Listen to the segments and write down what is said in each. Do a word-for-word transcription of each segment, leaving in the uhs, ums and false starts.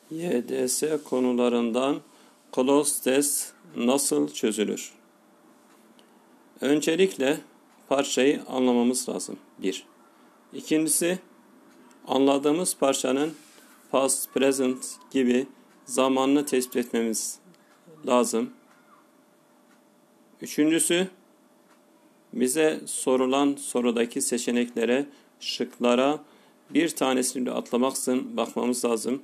Y D S konularından Cloze test nasıl çözülür? Öncelikle parçayı anlamamız lazım. Bir. İkincisi, anladığımız parçanın past, present gibi zamanını tespit etmemiz lazım. Üçüncüsü, bize sorulan sorudaki seçeneklere, şıklara bir tanesini de atlamaksızın bakmamız lazım.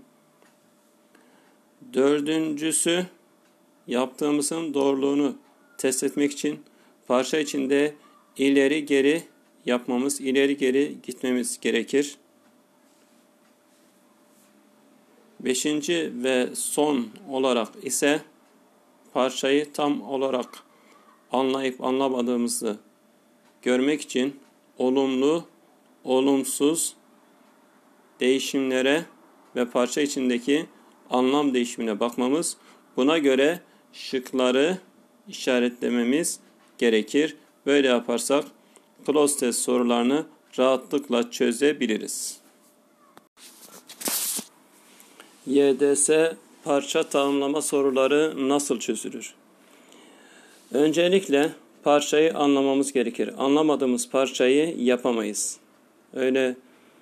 Dördüncüsü, yaptığımızın doğruluğunu test etmek için parça içinde ileri geri yapmamız, ileri geri gitmemiz gerekir. Beşinci ve son olarak ise parçayı tam olarak anlayıp anlamadığımızı görmek için olumlu, olumsuz değişimlere ve parça içindeki anlam değişimine bakmamız, buna göre şıkları işaretlememiz gerekir. Böyle yaparsak Cloze test sorularını rahatlıkla çözebiliriz. Y D S parça tanımlama soruları nasıl çözülür? Öncelikle parçayı anlamamız gerekir. Anlamadığımız parçayı yapamayız. Öyle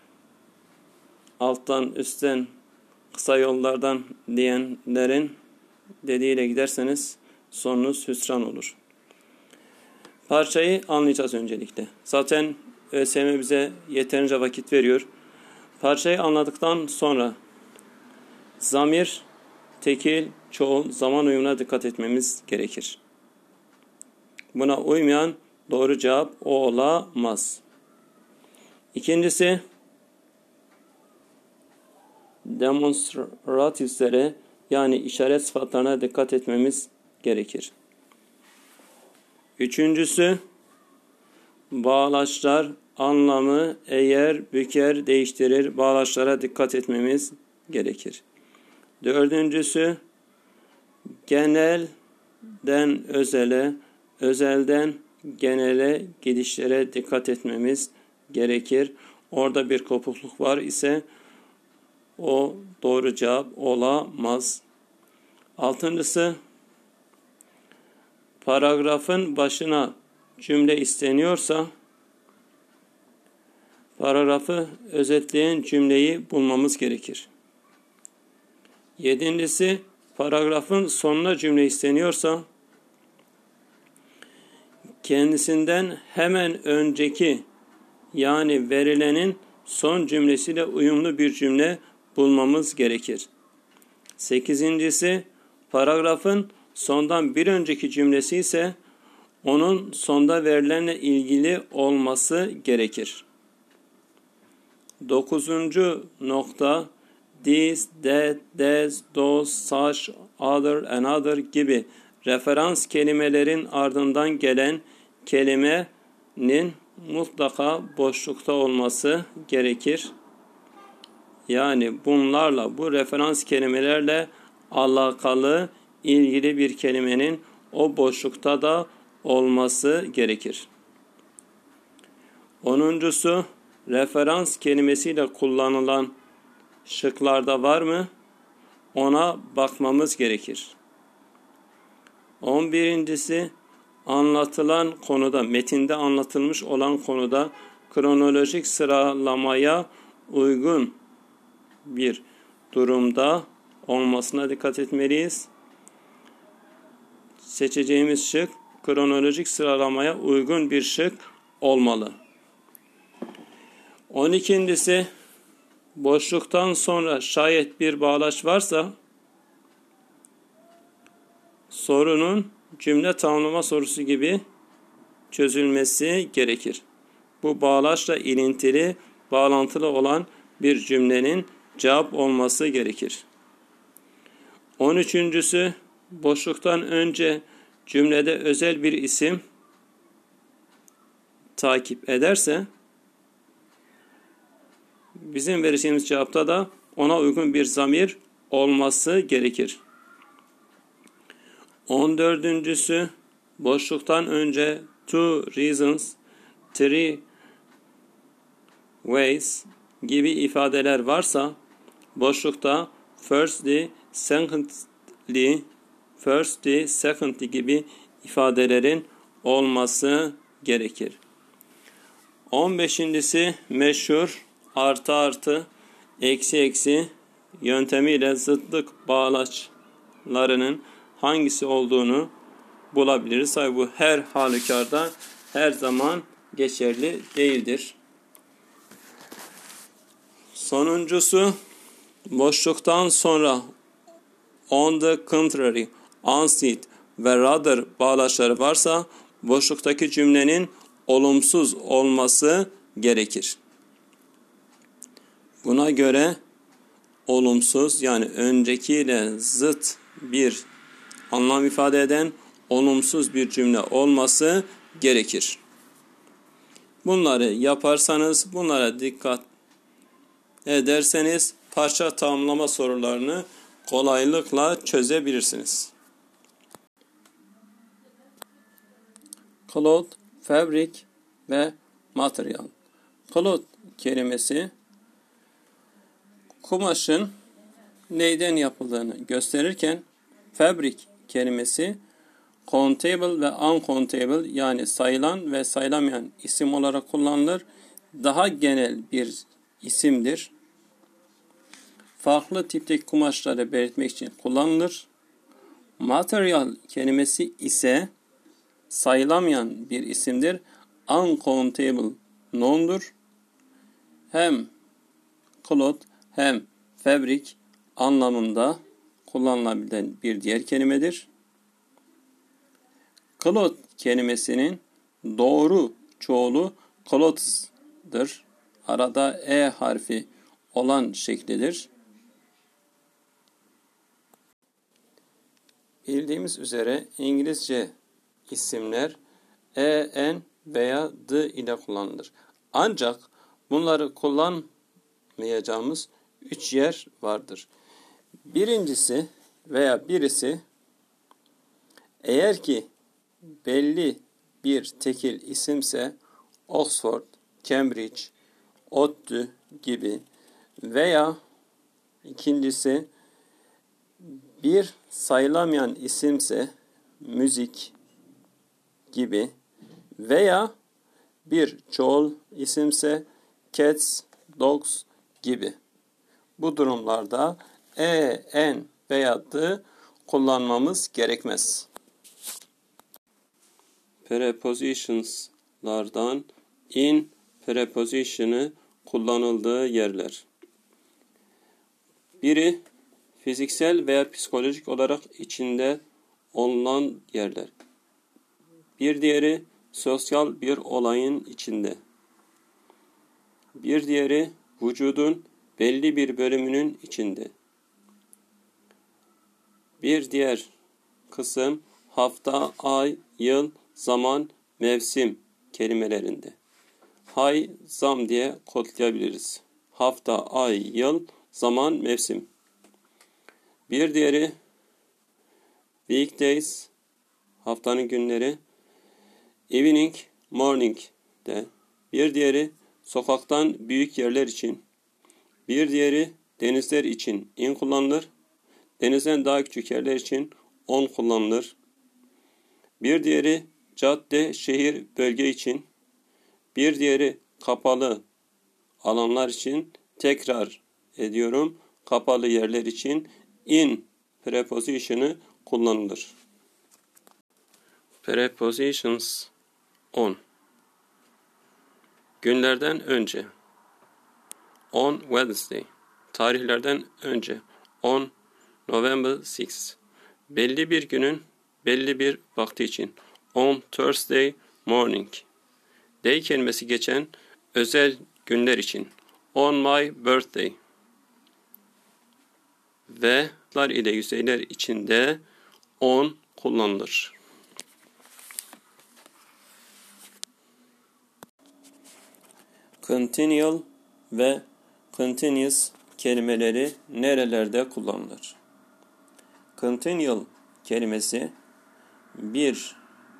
alttan üstten kısa yollardan diyenlerin dediğiyle giderseniz sonunuz hüsran olur. Parçayı anlayacağız öncelikle. Zaten ÖSYM bize yeterince vakit veriyor. Parçayı anladıktan sonra zamir, tekil, çoğul, zaman uyumuna dikkat etmemiz gerekir. Buna uymayan doğru cevap o olamaz. İkincisi, demonstratiflere yani işaret sıfatlarına dikkat etmemiz gerekir. Üçüncüsü, bağlaçlar anlamı eğer, büker, değiştirir bağlaçlara dikkat etmemiz gerekir. Dördüncüsü, genelden özele, özelden genele gidişlere dikkat etmemiz gerekir. Orada bir kopukluk var ise o doğru cevap olamaz. Altıncısı, paragrafın başına cümle isteniyorsa paragrafı özetleyen cümleyi bulmamız gerekir. Yedincisi, paragrafın sonuna cümle isteniyorsa kendisinden hemen önceki yani verilenin son cümlesiyle uyumlu bir cümle bulmamız gerekir. Sekizincisi, paragrafın sondan bir önceki cümlesi ise onun sonda verilenle ilgili olması gerekir. Dokuzuncu nokta, this, that, this, those, such, other, another gibi referans kelimelerin ardından gelen kelimenin mutlaka boşlukta olması gerekir. Yani bunlarla, bu referans kelimelerle alakalı ilgili bir kelimenin o boşlukta da olması gerekir. Onuncusu, referans kelimesiyle kullanılan şıklarda var mı? Ona bakmamız gerekir. On birincisi, anlatılan konuda, metinde anlatılmış olan konuda kronolojik sıralamaya uygun bir durumda olmasına dikkat etmeliyiz. Seçeceğimiz şık kronolojik sıralamaya uygun bir şık olmalı. On ikincisi, boşluktan sonra şayet bir bağlaç varsa sorunun cümle tamamlama sorusu gibi çözülmesi gerekir. Bu bağlaçla ilintili, bağlantılı olan bir cümlenin cevap olması gerekir. On üçüncüsü, boşluktan önce cümlede özel bir isim takip ederse bizim vereceğimiz cevapta da ona uygun bir zamir olması gerekir. On dördüncüsü, boşluktan önce two reasons, three ways gibi ifadeler varsa boşlukta firstly, secondly, firstly, secondly gibi ifadelerin olması gerekir. on beşincisi meşhur artı artı, eksi eksi yöntemiyle zıtlık bağlaçlarının hangisi olduğunu bulabiliriz. Tabi bu her halükarda her zaman geçerli değildir. Sonuncusu boşluktan sonra on the contrary, unseat ve rather bağlaçları varsa boşluktaki cümlenin olumsuz olması gerekir. Buna göre olumsuz, yani öncekiyle zıt bir anlam ifade eden olumsuz bir cümle olması gerekir. Bunları yaparsanız, bunlara dikkat ederseniz parça tamamlama sorularını kolaylıkla çözebilirsiniz. Cloth, fabric ve material. Cloth kelimesi kumaşın neyden yapıldığını gösterirken fabric kelimesi countable ve uncountable, yani sayılan ve sayılamayan isim olarak kullanılır. Daha genel bir isimdir. Farklı tipteki kumaşları belirtmek için kullanılır. Material kelimesi ise sayılamayan bir isimdir. Uncountable noun'dur. Hem cloth hem fabric anlamında kullanılabilen bir diğer kelimedir. Cloth kelimesinin doğru çoğulu clothes'dır. Arada e harfi olan şeklidir. Bildiğimiz üzere İngilizce isimler e, n veya d ile kullanılır. Ancak bunları kullanmayacağımız üç yer vardır. Birincisi veya birisi, eğer ki belli bir tekil isimse Oxford, Cambridge, ODTÜ gibi, veya ikincisi bir sayılamayan isimse müzik gibi, veya bir çoğul isimse cats, dogs gibi. Bu durumlarda e, n veya d kullanmamız gerekmez. Prepositions'lardan in preposition'ı kullanıldığı yerler. Biri fiziksel veya psikolojik olarak içinde olunan yerler. Bir diğeri sosyal bir olayın içinde. Bir diğeri vücudun belli bir bölümünün içinde. Bir diğer kısım hafta, ay, yıl, zaman, mevsim kelimelerinde. Hay, zam diye kodlayabiliriz. Hafta, ay, yıl, zaman, mevsim. Bir diğeri weekdays, haftanın günleri. Evening, morning de. Bir diğeri sokaktan büyük yerler için. Bir diğeri denizler için in kullanılır. Denizden daha küçük yerler için on kullanılır. Bir diğeri cadde, şehir, bölge için. Bir diğeri kapalı alanlar için, tekrar ediyorum, kapalı yerler için in preposition'ı kullanılır. Prepositions on. Günlerden önce. On Wednesday. Tarihlerden önce. On November sixth. Belli bir günün belli bir vakti için. On Thursday morning. Day kelimesi geçen özel günler için. On my birthday. Ve lar ile yüzeyler içinde on kullanılır. Continual ve continuous kelimeleri nerelerde kullanılır? Continual kelimesi bir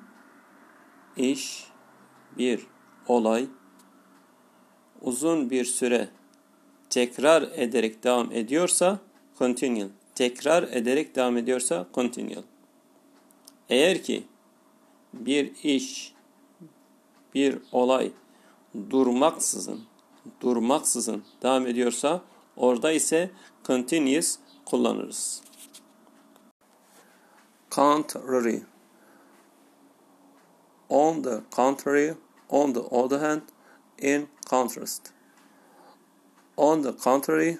iş, bir olay uzun bir süre tekrar ederek devam ediyorsa continual. Tekrar ederek devam ediyorsa continual. Eğer ki bir iş, bir olay durmaksızın, durmaksızın devam ediyorsa orada ise continuous kullanırız. Contrary. On the contrary, on the other hand, in contrast. On the contrary,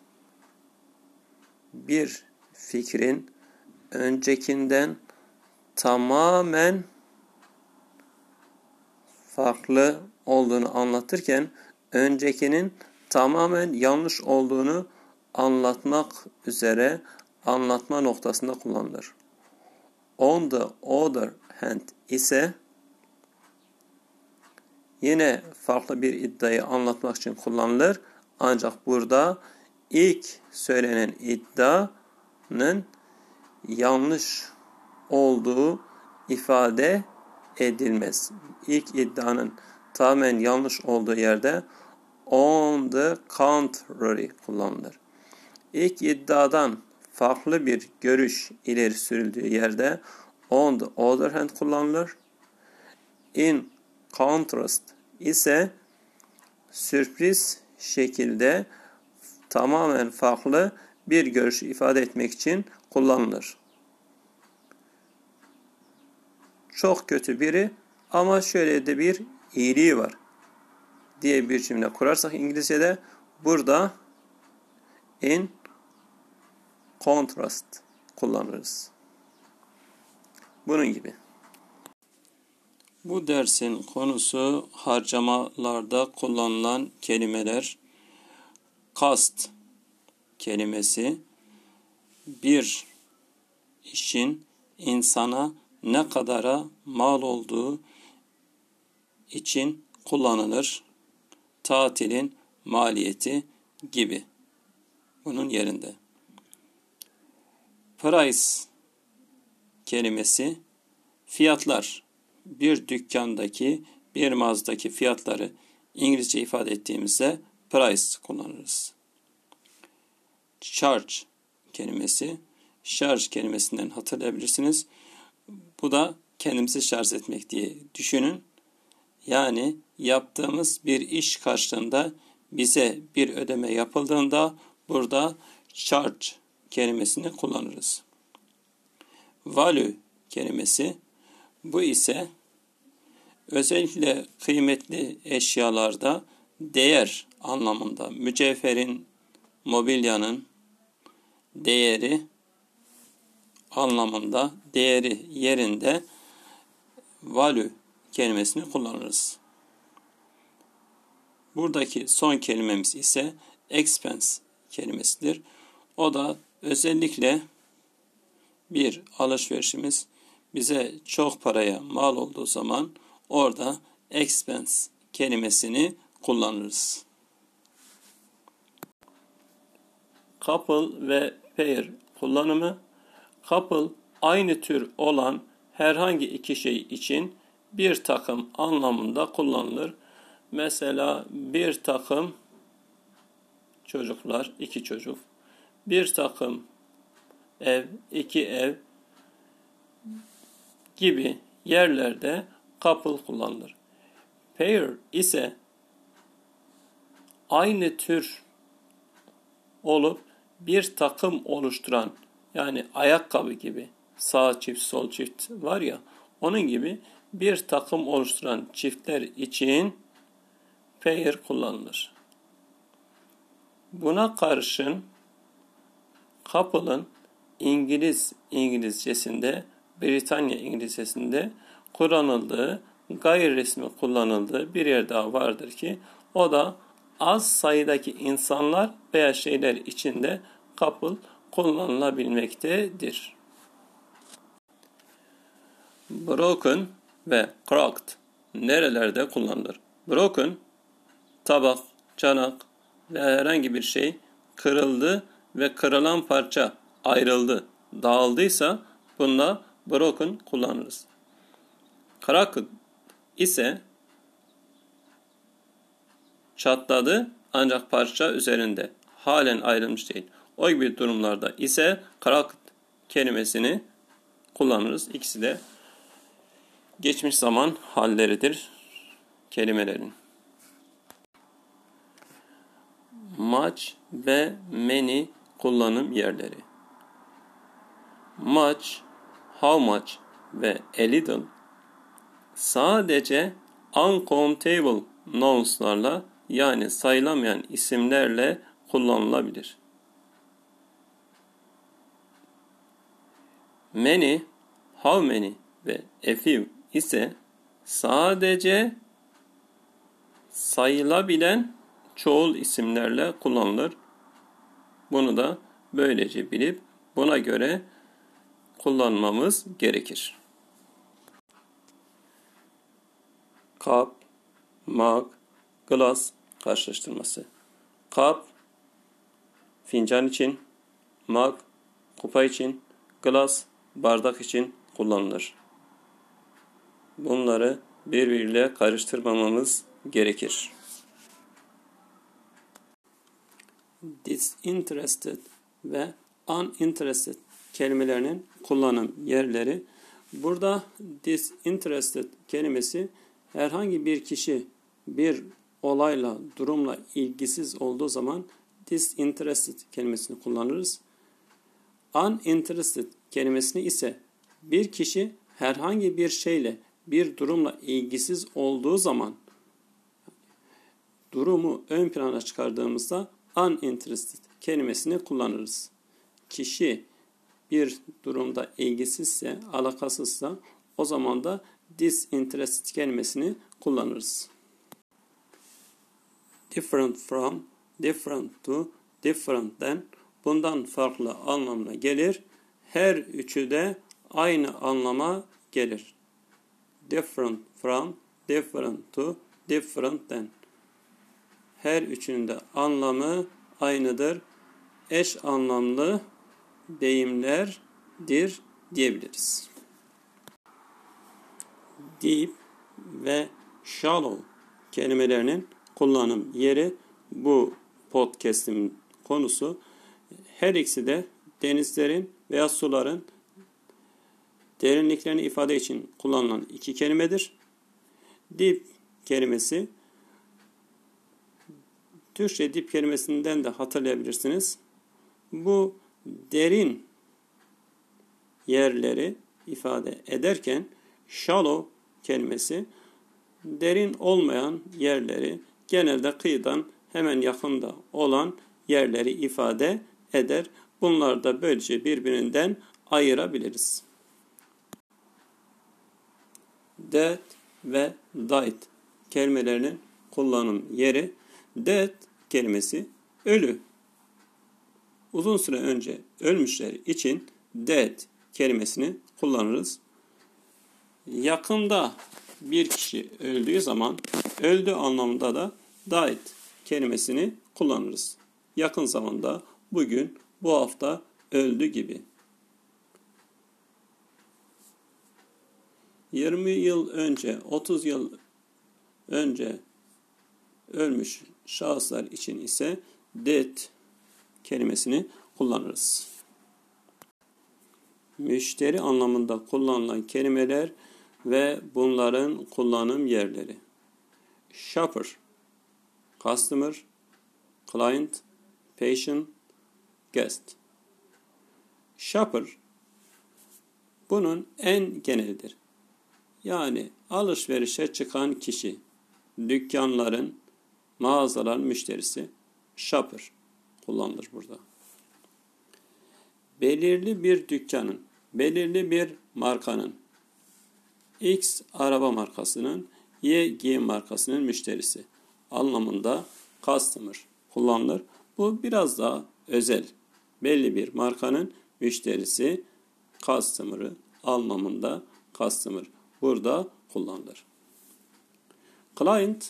bir fikrin öncekinden tamamen farklı olduğunu anlatırken öncekinin tamamen yanlış olduğunu anlatmak üzere anlatma noktasında kullanılır. On the other hand ise yine farklı bir iddiayı anlatmak için kullanılır. Ancak burada ilk söylenen iddianın yanlış olduğu ifade edilmez. İlk iddianın tamamen yanlış olduğu yerde on the contrary kullanılır. İlk iddiadan farklı bir görüş ileri sürüldüğü yerde on the other hand kullanılır. In contrast ise sürpriz şekilde tamamen farklı bir görüşü ifade etmek için kullanılır. Çok kötü biri ama şöyle de bir iyiliği var diye bir cümle kurarsak İngilizce'de burada in contrast kullanırız. Bunun gibi. Bu dersin konusu harcamalarda kullanılan kelimeler. Cost kelimesi bir işin insana ne kadara mal olduğu için kullanılır. Tatilin maliyeti gibi. Bunun yerinde. Price kelimesi fiyatlar. Bir dükkandaki, bir mağazadaki fiyatları İngilizce ifade ettiğimizde price kullanırız. Charge kelimesi, şarj kelimesinden hatırlayabilirsiniz. Bu da kendimizi şarj etmek diye düşünün. Yani yaptığımız bir iş karşılığında bize bir ödeme yapıldığında burada charge kelimesini kullanırız. Value kelimesi, bu ise özellikle kıymetli eşyalarda değer anlamında, mücevherin, mobilyanın değeri anlamında, değeri yerinde value kelimesini kullanırız. Buradaki son kelimemiz ise expense kelimesidir. O da özellikle bir alışverişimiz bize çok paraya mal olduğu zaman orada expense kelimesini kullanırız. Couple ve pair kullanımı. Couple aynı tür olan herhangi iki şey için bir takım anlamında kullanılır. Mesela bir takım çocuklar, iki çocuk, bir takım ev, iki ev gibi yerlerde couple kullanılır. Pair ise aynı tür olup bir takım oluşturan, yani ayakkabı gibi sağ çift sol çift var ya, onun gibi bir takım oluşturan çiftler için pair kullanılır. Buna karşın couple'ın İngiliz İngilizcesinde, Britanya İngilizcesinde kullanıldığı, gayri resmi kullanıldığı bir yer daha vardır ki o da az sayıdaki insanlar veya şeyler içinde couple kullanılabilmektedir. Broken ve cracked nerelerde kullanılır? Broken, tabak, çanak ve herhangi bir şey kırıldı ve kırılan parça ayrıldı, dağıldıysa bunda broken kullanırız. Cracked ise çatladı ancak parça üzerinde halen ayrılmış değil. O gibi durumlarda ise cracked kelimesini kullanırız. İkisi de geçmiş zaman halleridir kelimelerin. Much ve many kullanım yerleri. Much, how much ve a little sadece uncountable nouns'larla yani sayılamayan isimlerle kullanılabilir. Many, how many ve a few ise sadece sayılabilen çoğul isimlerle kullanılır. Bunu da böylece bilip buna göre kullanmamız gerekir. Cup, mug, glass karşılaştırması. Cup, fincan için, mug, kupa için, glass, bardak için kullanılır. Bunları birbiriyle karıştırmamamız gerekir. Disinterested ve uninterested kelimelerinin kullanım yerleri. Burada disinterested kelimesi herhangi bir kişi bir olayla, durumla ilgisiz olduğu zaman disinterested kelimesini kullanırız. Uninterested kelimesini ise bir kişi herhangi bir şeyle, bir durumla ilgisiz olduğu zaman durumu ön plana çıkardığımızda uninterested kelimesini kullanırız. Kişi bir durumda ilgisizse, alakasızsa o zaman da disinterested kelimesini kullanırız. Different from, different to, different than bundan farklı anlamına gelir. Her üçü de aynı anlama gelir. Different from, different to, different than. Her üçünün de anlamı aynıdır. Eş anlamlı deyimlerdir diyebiliriz. Deep ve shallow kelimelerinin kullanım yeri bu podcast'in konusu. Her ikisi de denizlerin veya suların derinliklerini ifade için kullanılan iki kelimedir. Deep kelimesi Türkçe deep kelimesinden de hatırlayabilirsiniz. Bu derin yerleri ifade ederken shallow kelimesi derin olmayan yerleri, genelde kıyıdan hemen yakında olan yerleri ifade eder. Bunları da böylece birbirinden ayırabiliriz. Dead ve died kelimelerinin kullanım yeri. Dead kelimesi ölü. Uzun süre önce ölmüşler için dead kelimesini kullanırız. Yakında bir kişi öldüğü zaman öldü anlamında da died kelimesini kullanırız. Yakın zamanda, bugün, bu hafta öldü gibi. yirmi yıl önce, otuz yıl önce ölmüş şahıslar için ise dead kelimesini kullanırız. Müşteri anlamında kullanılan kelimeler ve bunların kullanım yerleri. Shopper, customer, client, patient, guest. Shopper bunun en genelidir. Yani alışverişe çıkan kişi, dükkanların, mağazaların müşterisi shopper kullanılır burada. Belirli bir dükkanın, belirli bir markanın, X araba markasının, Y giyim markasının müşterisi anlamında customer kullanılır. Bu biraz daha özel. Belli bir markanın müşterisi customer'ı anlamında customer burada kullanılır. Client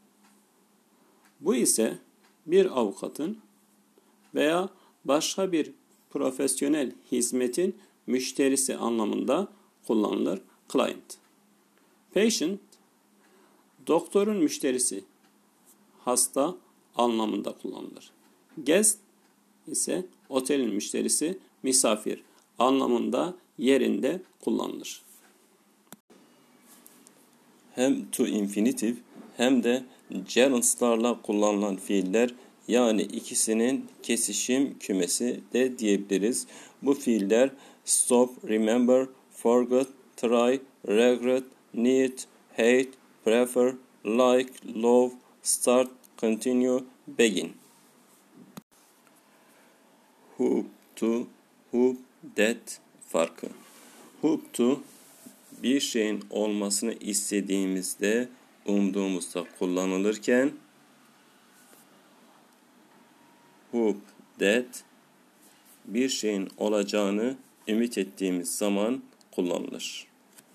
bu ise bir avukatın veya başka bir profesyonel hizmetin müşterisi anlamında kullanılır. Client. Patient doktorun müşterisi, hasta anlamında kullanılır. Guest ise otelin müşterisi, misafir anlamında yerinde kullanılır. Hem to infinitive hem de gerunds'larla kullanılan fiiller, yani ikisinin kesişim kümesi de diyebiliriz. Bu fiiller stop, remember, forget, try, regret, need, hate, prefer, like, love, start, continue, begin. Hope to, hope that farkı. Hope to, bir şeyin olmasını istediğimizde, umduğumuzda kullanılırken hope that, bir şeyin olacağını ümit ettiğimiz zaman kullanılır.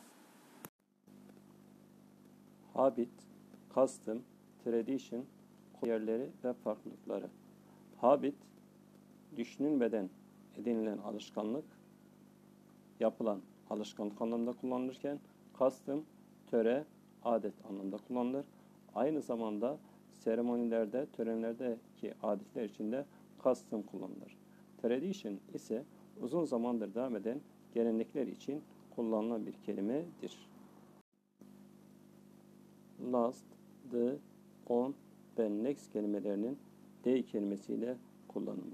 Habit, custom, tradition, yerleri ve farklılıkları. Habit, düşünülmeden edinilen alışkanlık, yapılan alışkanlık anlamında kullanılırken custom, töre, adet anlamında kullanılır. Aynı zamanda seremonilerde, törenlerdeki adetler içinde custom kullanılır. Tradition ise uzun zamandır devam eden gelenekler için kullanılan bir kelimedir. Last, the, on ve next kelimelerinin day kelimesiyle kullanımı.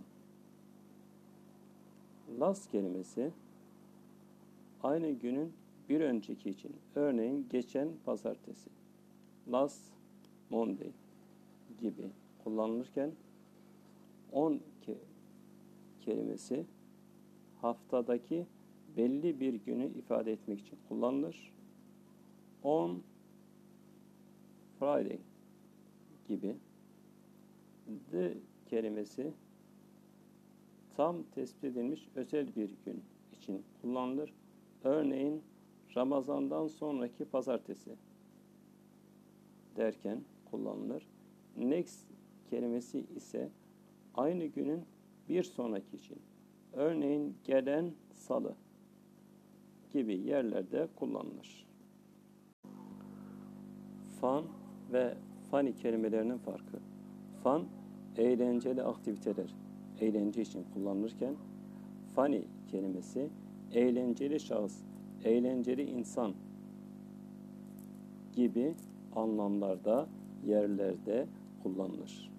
Last kelimesi aynı günün bir önceki için, örneğin geçen pazartesi, last Monday gibi kullanılırken on kelimesi haftadaki belli bir günü ifade etmek için kullanılır. On Friday gibi. The kelimesi tam tespit edilmiş özel bir gün için kullanılır. Örneğin Ramazan'dan sonraki pazartesi derken kullanılır. Next kelimesi ise aynı günün bir sonraki için. Örneğin gelen salı gibi yerlerde kullanılır. Fun ve funny kelimelerinin farkı. Fun, eğlenceli aktiviteler, eğlence için kullanılırken funny kelimesi eğlenceli şahıs, eğlenceli insan gibi anlamlarda, yerlerde kullanılır.